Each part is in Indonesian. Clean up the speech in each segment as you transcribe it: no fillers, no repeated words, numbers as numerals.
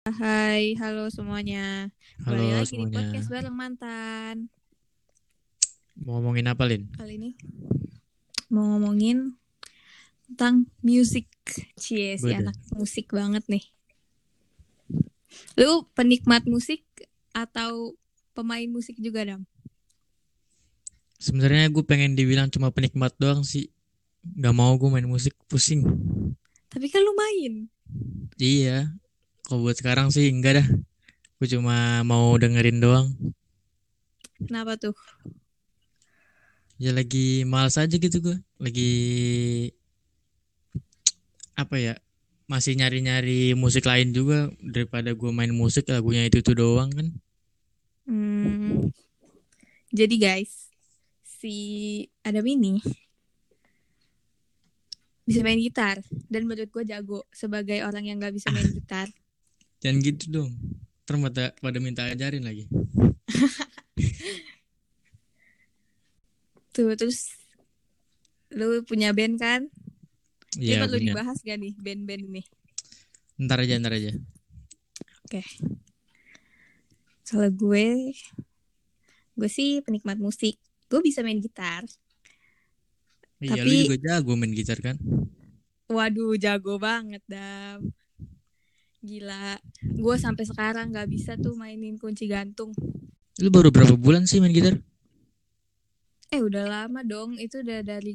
Hai, halo semuanya. Kembali Halo lagi di podcast semuanya. bareng mantan. Mau ngomongin apa, Lin? Kali ini mau ngomongin tentang musik. Cie, si Beda. anak musik banget nih. Lu penikmat musik atau pemain musik juga, Dam? Sebenarnya gue pengen dibilang cuma penikmat doang sih. Gak mau gue main musik, pusing. Tapi kan lu main. Iya, kalau buat sekarang sih enggak dah. Gue cuma mau dengerin doang. Kenapa tuh? Ya lagi males aja gitu gue. Lagi apa ya? Masih nyari-nyari musik lain juga daripada gue main musik lagunya itu doang kan. Hmm, jadi guys, si Adam ini bisa main gitar. Dan menurut gue jago sebagai orang yang gak bisa main gitar. Jangan gitu dong. Terus pada minta ajarin lagi. Tuh, terus lu punya band kan? Ini Iya perlu punya. dibahas gak nih band-band ini? Ntar aja, ntar aja. Oke, kalau gue sih penikmat musik. Gue bisa main gitar, Iya, lu tapi juga jago main gitar kan? waduh jago banget Dam. Gila, gue sampai sekarang gak bisa tuh mainin kunci gantung. Lu baru berapa bulan sih main gitar? Udah lama dong, itu udah dari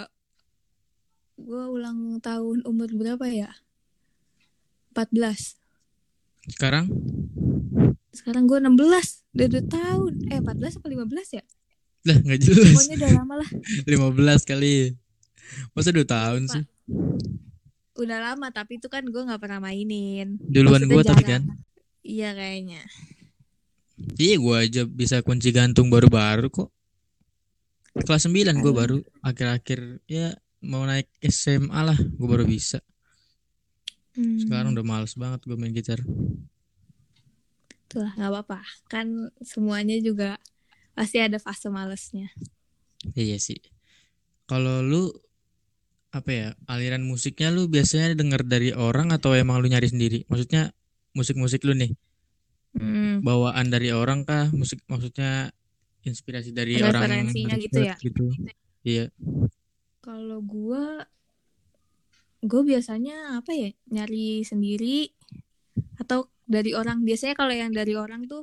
gue ulang tahun umur berapa ya? 14. Sekarang? Sekarang gue 16, udah 2 tahun. 14 apa 15 ya? Lah nggak jelas. Pokoknya udah lama lah, 15 kali. Masa 2 gue tahun lupa. sih? Udah lama, tapi itu kan gue gak pernah mainin. Duluan Maksudnya gua tapi kan. jarang. Iya kayaknya. Iya gua aja bisa kunci gantung baru-baru kok. Kelas 9 gua Karena baru. Akhir-akhir ya mau naik SMA lah. Gua baru bisa. Sekarang hmm, udah males banget gua main gitar. itulah nggak apa-apa. Kan semuanya juga pasti ada fase malesnya. Iya sih. Kalau lu apa ya, aliran musiknya lu biasanya denger dari orang atau emang lu nyari sendiri? Maksudnya musik-musik lu nih Hmm, bawaan dari orang kah? Musik maksudnya inspirasi dari orang referensinya gitu deket ya. gitu? Iya. Kalau gue biasanya apa ya, nyari sendiri atau dari orang. Biasanya kalau yang dari orang tuh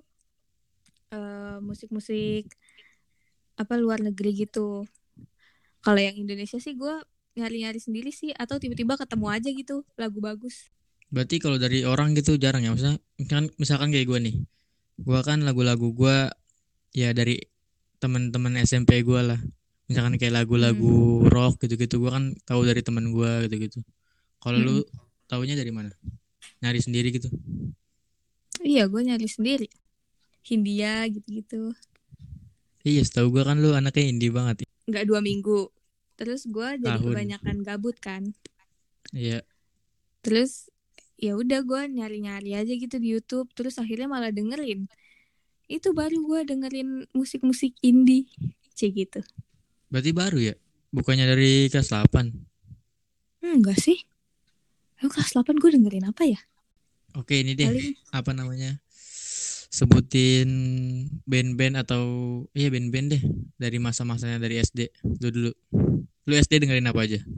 musik-musik apa luar negeri gitu. Kalau yang Indonesia sih gue nyari-nyari sendiri sih, atau tiba-tiba ketemu aja gitu lagu bagus. Berarti kalau dari orang gitu jarang ya, maksudnya kan misalkan kayak gue nih, gue kan lagu-lagu gue ya dari teman-teman SMP gue lah, misalkan kayak lagu-lagu Hmm. rock gitu-gitu gue kan tahu dari teman gue gitu-gitu. Kalau lu Mm-mm. taunya dari mana? Nyari sendiri gitu? Iya, gue nyari sendiri. Hindia gitu-gitu. Iya, setahu gue kan lu anaknya indie banget. Nggak 2 minggu. Terus gue jadi Tahun. kebanyakan gabut kan. Iya. Terus ya udah gue nyari-nyari aja gitu di YouTube. Terus akhirnya malah dengerin. Itu baru gue dengerin musik-musik indie. Cih gitu. Berarti baru ya? Bukannya dari kelas 8? Enggak sih. Lalu kelas 8 gue dengerin apa ya? Oke, ini deh, Paling apa namanya? Sebutin band-band atau iya band-band deh dari masa-masanya dari SD dulu dulu. Lu SD dengerin apa aja?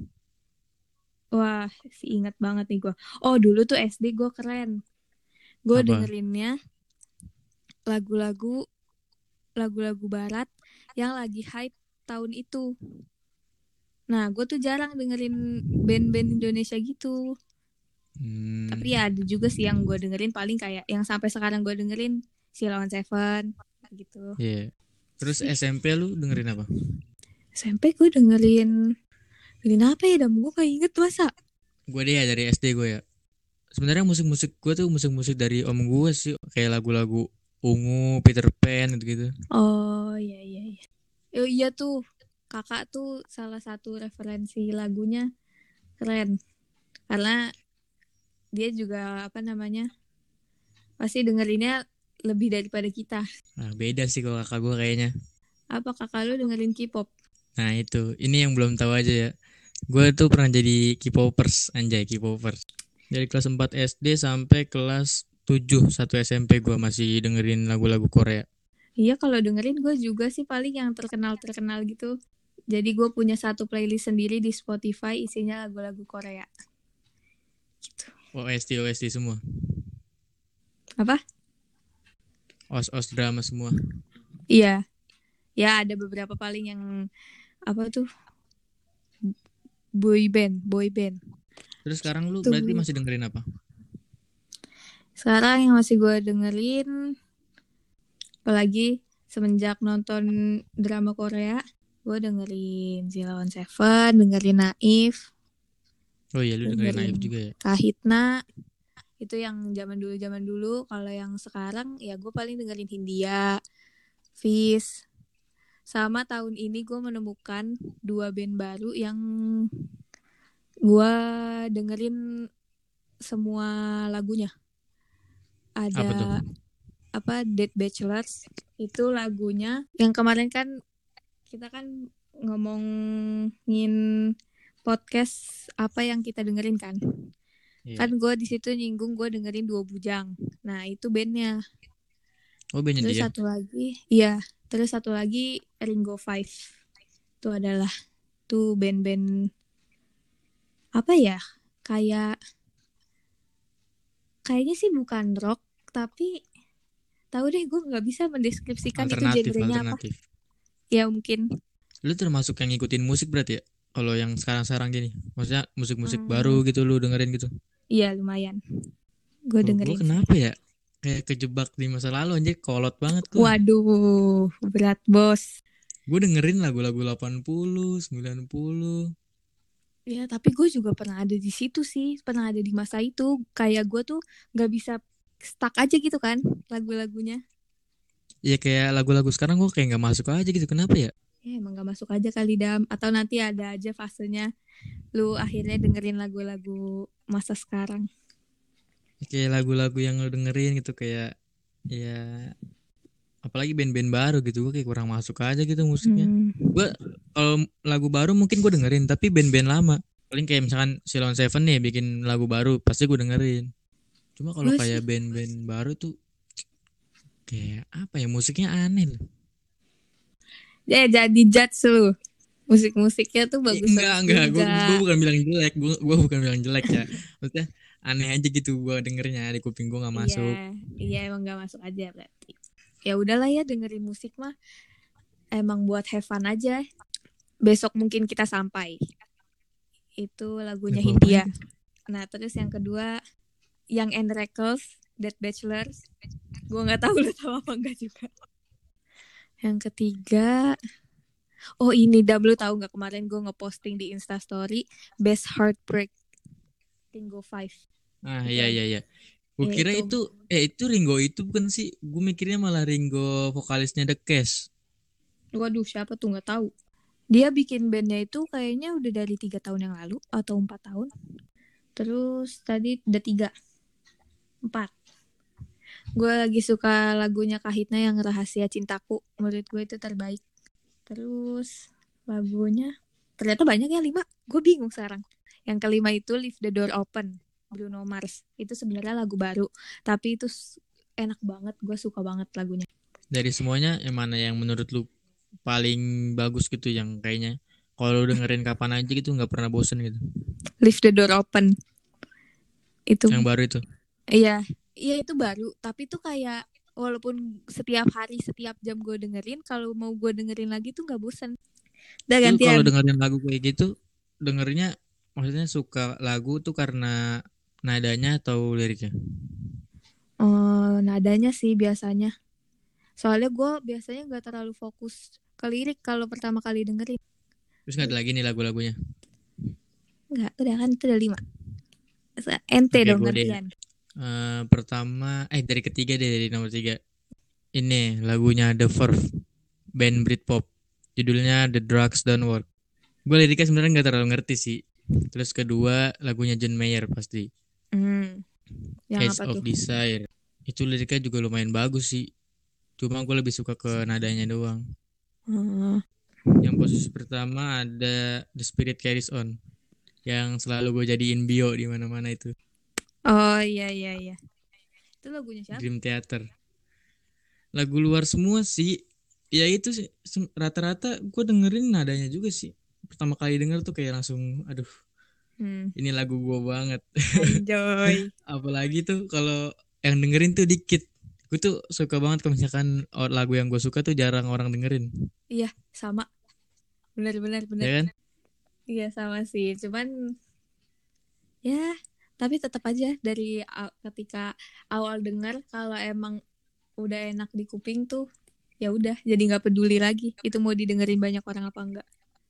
wah sih ingat banget nih gue. Oh dulu tuh SD gue keren. Gue Apa? dengerinnya lagu-lagu lagu-lagu barat yang lagi hype tahun itu. Nah, gue tuh jarang dengerin band-band Indonesia gitu. Hmm, Tapi ya ada juga sih yang gue dengerin, paling kayak yang sampai sekarang gue dengerin Sheila on Seven gitu. iya. Yeah. Terus Sih, SMP lu dengerin apa? SMP gue dengerin apa ya? Dan gue kayak inget masa. Gue deh ya dari SD gue ya. Sebenarnya musik-musik gue tuh musik-musik dari om gue sih, kayak lagu-lagu Ungu, Peter Pan gitu-gitu. Oh iya iya iya. Oh iya tuh, kakak tuh salah satu referensi lagunya keren. Karena dia juga apa namanya, pasti dengerinnya lebih daripada kita. Nah, beda sih kalau kakak gue kayaknya. Apa kakak lu dengerin K-pop? Nah, itu. Ini yang belum tahu aja ya. Gue tuh pernah jadi K-popers, anjay K-popers. Dari kelas 4 SD sampai kelas 7 satu SMP gue masih dengerin lagu-lagu Korea. Iya, kalau dengerin gue juga sih paling yang terkenal gitu. Jadi gue punya satu playlist sendiri di Spotify isinya lagu-lagu Korea. Gitu. OST semua. Apa? OS drama semua. Iya. Ya ada beberapa paling yang apa tuh? Boy band. Terus sekarang lu Tuh. berarti masih dengerin apa? Sekarang yang masih gue dengerin, apalagi semenjak nonton drama Korea, gue dengerin Zilawan Seven, dengerin Naif, Oh iya, lu dengerin Naif juga ya? Kahitna. Itu yang zaman dulu. Kalau yang sekarang ya gue paling dengerin Hindia, Fish. Sama tahun ini gue menemukan 2 band baru yang gue dengerin semua lagunya. Apa tuh? Ada Dead Bachelors, itu lagunya yang kemarin kan kita kan ngomongin podcast apa yang kita dengerin kan. Iya. Kan gue di situ nyinggung gue dengerin Dua Bujang. Nah, itu bandnya. Oh, bandnya Terus dia. terus satu lagi Ringo Five. Itu adalah tuh band-band apa ya? Kayaknya sih bukan rock, tapi tahu deh gue nggak bisa mendeskripsikan itu genrenya apa. Ya mungkin. Lu termasuk yang ngikutin musik berarti ya? Kalau yang sekarang-sekarang gini, maksudnya musik-musik baru gitu lu dengerin gitu? Iya lumayan. Gue dengerin. Gue kenapa ya? Kayak kejebak di masa lalu anjir, kolot banget gue. Waduh, berat bos. Gue dengerin lagu-lagu 80, 90. Ya, tapi gue juga pernah ada di situ sih, pernah ada di masa itu. Kayak gue tuh nggak bisa stuck aja gitu kan lagu-lagunya. Iya, kayak lagu-lagu sekarang gue kayak nggak masuk aja gitu. Kenapa ya? Ya emang gak masuk aja kali Dam. Atau nanti ada aja fasenya lu akhirnya dengerin lagu-lagu masa sekarang. Kayak lagu-lagu yang lu dengerin gitu kayak ya apalagi band-band baru gitu, gue kayak kurang masuk aja gitu musiknya. Gue kalau lagu baru mungkin gue dengerin, tapi band-band lama paling kayak misalkan Silon Seven nih bikin lagu baru pasti gue dengerin. Cuma kalau kayak band-band baru tuh kayak apa ya, musiknya aneh loh. Ya jadi judge lu. Musik-musiknya tuh bagus. Enggak. Gue bukan bilang jelek. Gue bukan bilang jelek ya. Maksudnya aneh aja gitu gue dengernya, di kuping gue nggak masuk. Iya emang nggak masuk aja berarti. Ya udahlah ya, dengerin musik mah emang buat have fun aja. Besok mungkin kita sampai. Itu lagunya Hindia. Nah terus yang kedua Young and Reckless, Dead Bachelors. Gue nggak tahu lu tahu apa enggak juga. Yang ketiga, oh ini lu tahu nggak, kemarin gue ngeposting di Instastory Best Heartbreak Ringo Five. Ah iya. Gue kira itu Ringo itu bukan sih. Gue mikirnya malah Ringo vokalisnya The Case. Waduh, siapa tuh, nggak tahu. Dia bikin bandnya itu kayaknya udah dari 3 tahun yang lalu atau 4 tahun. Terus tadi udah 4. Gue lagi suka lagunya Kahitna yang Rahasia Cintaku. Menurut gue itu terbaik. Terus lagunya ternyata banyak ya, 5. Gue bingung sekarang. Yang kelima itu Leave the Door Open, Bruno Mars. Itu sebenarnya lagu baru, tapi itu enak banget. Gue suka banget lagunya. Dari semuanya yang mana yang menurut lu paling bagus gitu, yang kayaknya kalau dengerin kapan aja gitu nggak pernah bosen gitu? Leave the Door Open. Itu yang baru itu. Iya itu baru, tapi tuh kayak walaupun setiap hari, setiap jam gue dengerin, kalau mau gue dengerin lagi tuh nggak bosan. Udah gantian. Kalau dengerin lagu kayak gitu, dengernya maksudnya suka lagu tuh karena nadanya atau liriknya? Nadanya sih biasanya. Soalnya gue biasanya nggak terlalu fokus ke lirik kalau pertama kali dengerin. Terus nggak ada lagi nih lagu-lagunya? Nggak, udah kan itu udah 5. Ente dong gantian. Pertama, dari ketiga deh, dari nomor 3. Ini lagunya The Verve, band Britpop. Judulnya The Drugs Don't Work. Gue liriknya sebenarnya nggak terlalu ngerti sih. Terus kedua lagunya John Mayer pasti. Edge of Desire. Itu liriknya juga lumayan bagus sih. Cuma gue lebih suka ke nadanya doang. Yang posisi pertama ada The Spirit Carries On, yang selalu gue jadiin bio di mana-mana itu. Oh iya. Itu lagunya siapa? Dream Theater. Lagu luar semua sih. Ya itu sih rata-rata gue dengerin nadanya juga sih. Pertama kali denger tuh kayak langsung aduh, Hmm. ini lagu gue banget. Anjoy. Apalagi tuh kalau yang dengerin tuh dikit. Gue tuh suka banget kalau misalkan lagu yang gue suka tuh jarang orang dengerin. Iya, sama. Benar benar benar. Ya kan? Iya, sama sih. Cuman ya, tapi tetap aja dari ketika awal dengar kalau emang udah enak di kuping tuh, ya udah jadi nggak peduli lagi itu mau didengerin banyak orang apa enggak.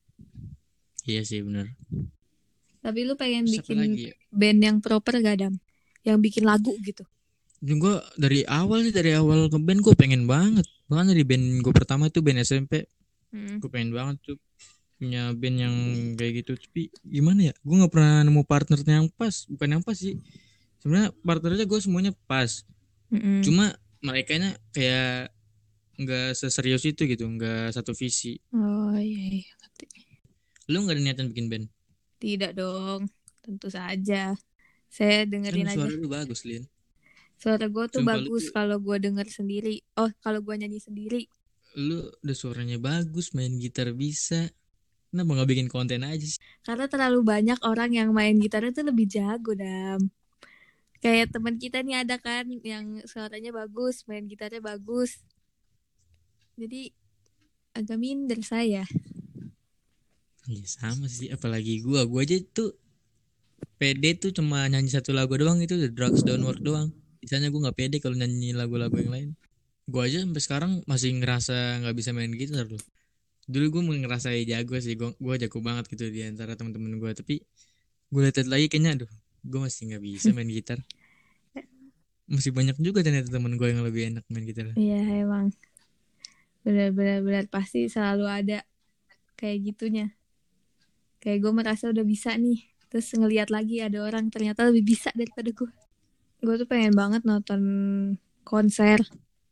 Iya sih bener. Tapi lu pengen Terus apa bikin lagi ya? band yang proper gak, Dam? Yang bikin lagu gitu. Gue dari awal sih, dari awal ke band gue pengen banget. Bahkan dari band gue pertama itu band SMP. Hmm. Gue pengen banget tuh punya band yang kayak gitu. Tapi gimana ya? Gue nggak pernah nemu partnernya yang pas. Bukan yang pas sih. Sebenarnya partnernya gue semuanya pas. Mm-mm. Cuma merekanya kayak nggak seserius itu gitu. Nggak satu visi. Oh iya, iya. Lu nggak ada niatan bikin band? Tidak dong, tentu saja. Saya Kan dengerin aja. suara lu bagus, Lin. Suara gue tuh Sumpah lu bagus tuh, kalau gue denger sendiri. Oh, kalau gue nyanyi sendiri. lu udah suaranya bagus, main gitar bisa. Kenapa nggak bikin konten aja sih? Karena terlalu banyak orang yang main gitarnya tuh lebih jago, Dam. Kayak teman kita nih ada kan yang suaranya bagus, main gitarnya bagus. Jadi agak minder saya. Iya sama sih, apalagi gua aja tuh pede tuh cuma nyanyi satu lagu doang, itu The Drugs Don't Work doang. Misalnya gue nggak pede kalau nyanyi lagu-lagu yang lain. Gua aja sampai sekarang masih ngerasa nggak bisa main gitar loh. Dulu gue mau ngerasa jago sih, gua jago banget gitu di antara teman-teman gue. Tapi gue lihat lagi kayaknya, aduh, gue masih nggak bisa main gitar. Masih banyak juga ternyata teman gue yang lebih enak main gitar. Iya emang benar-benar pasti selalu ada kayak gitunya. Kayak gue merasa udah bisa nih, terus ngelihat lagi ada orang ternyata lebih bisa daripada gue. Gue tuh pengen banget nonton konser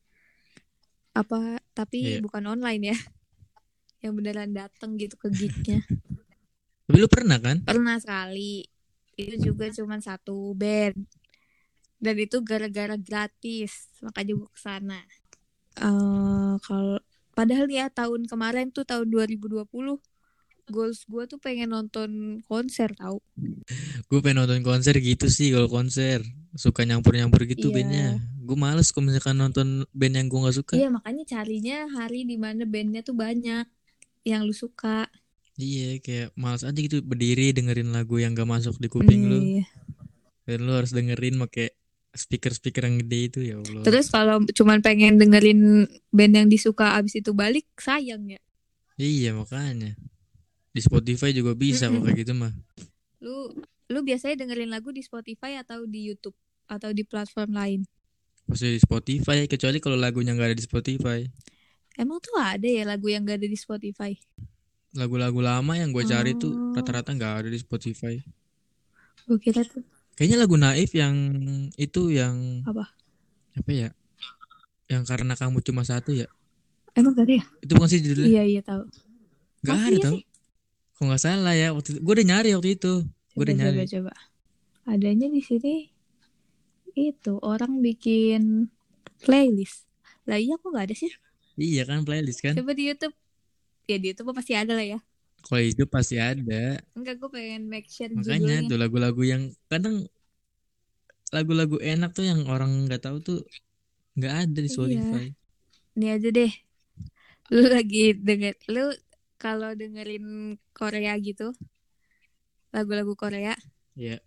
apa, tapi Iya. bukan online ya, yang beneran dateng gitu ke gignya. Tapi lu pernah kan? Pernah sekali, itu juga cuma satu band dan itu gara-gara gratis makanya gue kesana. Kalau padahal ya tahun kemarin tuh tahun 2020 goals gue tuh pengen nonton konser tahu. Gue pengen nonton konser gitu sih. Kalau konser suka nyampur-nyampur gitu bandnya. Iya. Gue males kalau misalkan nonton band yang gue nggak suka. Iya makanya carinya hari dimana bandnya tuh banyak yang lu suka. Iya, kayak males aja gitu berdiri dengerin lagu yang gak masuk di kuping lu. Iya. Dan lu harus dengerin pakai speaker-speaker yang gede itu, ya Allah. Terus kalau cuman pengen dengerin band yang disuka abis itu balik sayang ya. Iya, makanya. Di Spotify juga bisa kok kayak gitu mah. Lu lu biasanya dengerin lagu di Spotify atau di YouTube atau di platform lain? Pasti di Spotify, kecuali kalau lagunya nggak ada di Spotify. Emang tuh ada ya lagu yang gak ada di Spotify? Lagu-lagu lama yang gue cari tuh Oh, rata-rata nggak ada di Spotify. gue kira tuh Kayaknya lagu Naif yang itu yang apa? apa ya? Yang karena kamu cuma satu ya. Emang gak ada ya? Itu bukan sih judulnya? Iya iya tahu. Nggak Masa ada iya tau. sih? Kok nggak salah ya waktu itu. Gue udah nyari waktu itu. Gue Coba udah coba nyari. coba. Adanya di sini itu orang bikin playlist. Lah iya kok gak ada sih? Iya kan playlist kan. Coba di YouTube. Ya di YouTube pasti ada lah ya. Kalau hidup pasti ada. Enggak, gue pengen make sure Makanya judulnya. tuh lagu-lagu yang kadang lagu-lagu enak tuh yang orang nggak tahu tuh nggak ada di Iya. Spotify. Ini aja deh. Lu lagi denger. Lu kalau dengerin Korea gitu. Lagu-lagu Korea. Ya,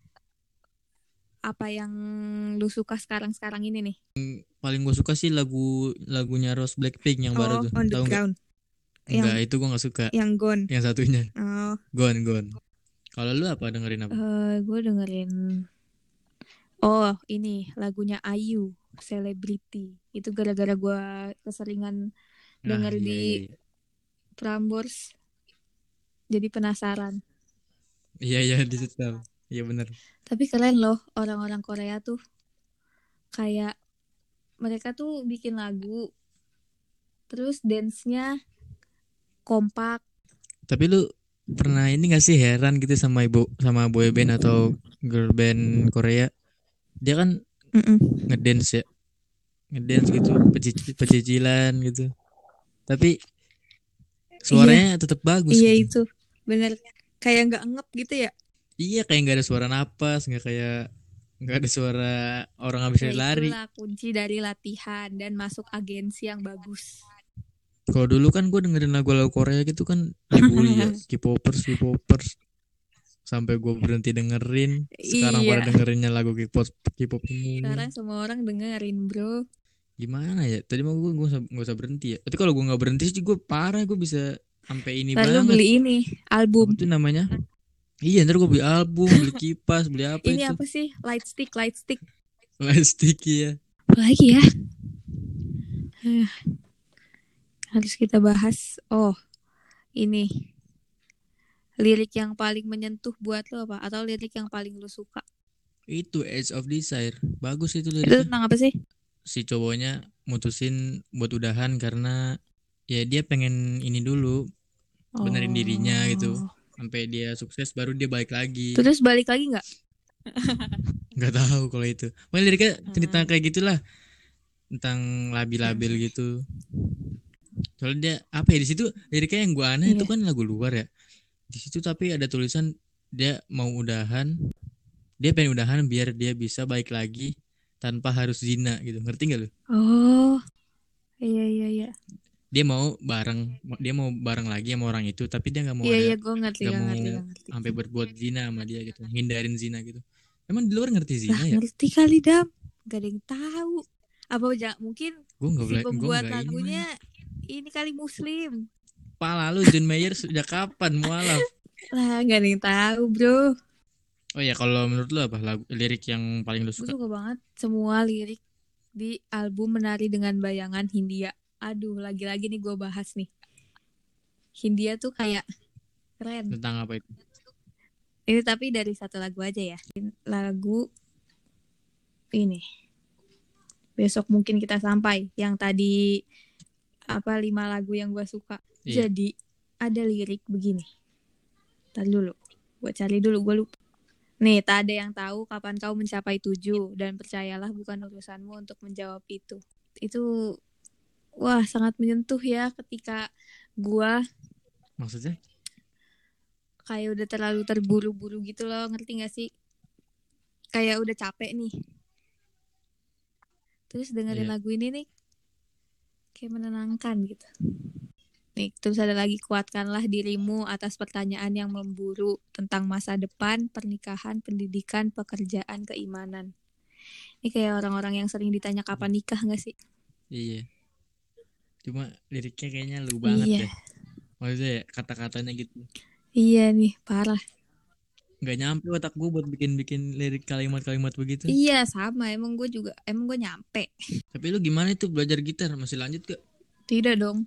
Apa yang lu suka sekarang-sekarang ini nih? paling gue suka sih lagunya Rose Blackpink yang baru Oh, tuh. On the Tahu nggak? Ground. Enggak, Yang itu gue nggak suka. yang Gone. Yang satunya, Oh, Gone Gone. Kalau lu apa dengerin apa? gue dengerin. Oh, ini lagunya Ayu, Celebrity. Itu gara-gara gue keseringan Ah denger iya iya di iya. Prambors. Jadi penasaran. Iya iya di situ tahu. Iya benar. Tapi keren loh orang-orang Korea tuh. Kayak mereka tuh bikin lagu. Terus dance-nya kompak. Tapi lu pernah ini gak sih heran gitu sama boy band atau girl band Korea? Dia kan ngedance ya, ngedance gitu, pecicilan gitu. Tapi Iya, suaranya tetap bagus iya gitu. itu bener. Kayak nggak ngep gitu ya. Iya, kayak nggak ada suara napas, nggak ada suara orang habis Ya lari. itulah kunci dari latihan dan masuk agensi yang bagus. Kalau dulu kan gue dengerin lagu-lagu Korea gitu kan dibully ya, K-popers, K-popers. Sampai gue berhenti dengerin. Sekarang pada Iya, dengerinnya lagu K-pop, K-pop semua. sekarang semua orang dengerin bro. Gimana ya? Tadi mau gue nggak usah berhenti ya. Tapi kalau gue nggak berhenti sih gue parah, gue bisa sampai ini Lalu banget. beli ini Apa album. tuh namanya? Iya, ntar gue beli album, beli kipas, beli apa Ini itu? apa sih? Light stick, light stick. Plastik ya. Apa lagi ya? Eh, harus kita bahas. Oh, ini lirik yang paling menyentuh buat lo apa? Atau lirik yang paling lo suka? Itu Edge of Desire. Bagus itu Itu liriknya. tentang apa sih? Si cowoknya mutusin buat udahan karena ya dia pengen ini dulu, benerin dirinya gitu. Oh. Sampai dia sukses baru dia balik lagi. Terus balik lagi nggak? Nggak tahu kalau itu. Pokoknya liriknya cerita Hmm, kayak gitulah, tentang labil-labil oke. gitu. Soalnya dia apa ya, di situ liriknya yang gua aneh itu Iya. kan lagu luar ya. Di situ tapi ada tulisan dia mau udahan, dia pengen udahan biar dia bisa balik lagi tanpa harus zina gitu. Ngerti nggak lu? Oh, iya iya iya. Dia mau bareng lagi sama orang itu, tapi dia Iya iya, gue ngerti, nggak gak mau ngerti, gak ngerti. sampai berbuat zina sama dia gitu, hindarin zina gitu. Emang di luar ngerti Lah zina ya? ngerti kali Dam. Gak ada yang tahu. Apa mungkin si Gue pembuat nggak ini lagunya main. ini kali Muslim. Pala lu, John Mayer sejak kapan mualaf? Lah gak ada yang tahu bro. Oh ya, kalau menurut lu apa lirik yang paling lu Gue suka? suka banget semua lirik di album Menari dengan Bayangan Hindia. Aduh, lagi-lagi nih gue bahas nih. Hindia tuh kayak keren. Tentang apa itu? Ini tapi dari satu lagu aja ya. Lagu ini. Besok mungkin kita sampai. Yang tadi 5 lagu yang gue suka. Iya. Jadi ada lirik begini. Ntar dulu. Gue cari dulu, gue lupa. Nih, tak ada yang tahu kapan kau mencapai 7 dan percayalah bukan urusanmu untuk menjawab itu. Itu wah sangat menyentuh ya ketika gua Maksudnya? kayak udah terlalu terburu-buru gitu loh, ngerti gak sih? Kayak udah capek nih. Terus dengerin Iya. lagu ini nih kayak menenangkan gitu. Nih, terus ada lagi, kuatkanlah dirimu atas pertanyaan yang memburu tentang masa depan, pernikahan, pendidikan, pekerjaan, keimanan. Ini kayak orang-orang yang sering ditanya kapan nikah gak sih? Iya. Cuma liriknya kayaknya lu banget Iya, deh. Maksudnya ya, kata-katanya gitu. iya nih, parah. Nggak nyampe otak gue buat bikin lirik kalimat-kalimat begitu. Iya, sama. Emang gue nyampe. Tapi lu gimana itu belajar gitar? Masih lanjut gak? Tidak dong.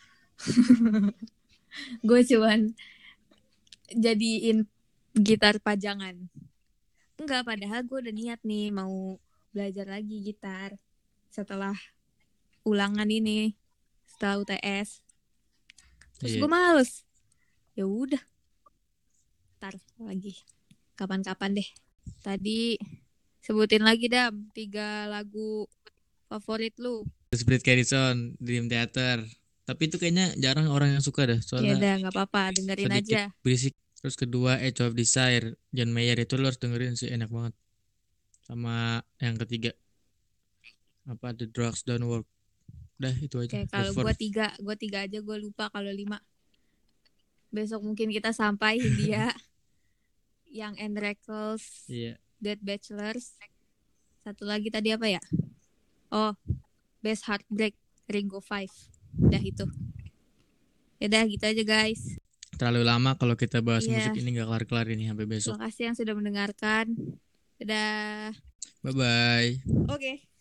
Gue cuman jadiin gitar pajangan. Enggak, padahal gue udah niat nih mau belajar lagi gitar setelah ulangan ini, setelah UTS. Terus gue Iya. males. Ya udah, ntar lagi. Kapan-kapan deh. Tadi sebutin lagi Dam 3 lagu favorit lu. Spirit Carrison, Dream Theater. Tapi itu kayaknya jarang orang yang suka dah. Ya Soalnya udah, nggak apa-apa, dengerin sedikit aja. berisik. Terus kedua Edge of Desire, John Mayer itu lo harus dengerin sih, enak banget. Sama yang ketiga apa, The Drugs Don't Work. Udah itu aja. Oke, The kalau Fourth. gue tiga aja, gue lupa kalau 5. Besok mungkin kita sampai Hindia, yang End Records, Iya. Dead Bachelors. Satu lagi tadi apa ya? Oh, Best Heartbreak, Ringo 5. Udah itu. Udah gitu aja guys. Terlalu lama kalau kita bahas Iya. musik ini, gak kelar-kelar ini sampai besok. Terima kasih yang sudah mendengarkan. Dadah. Bye bye. Oke.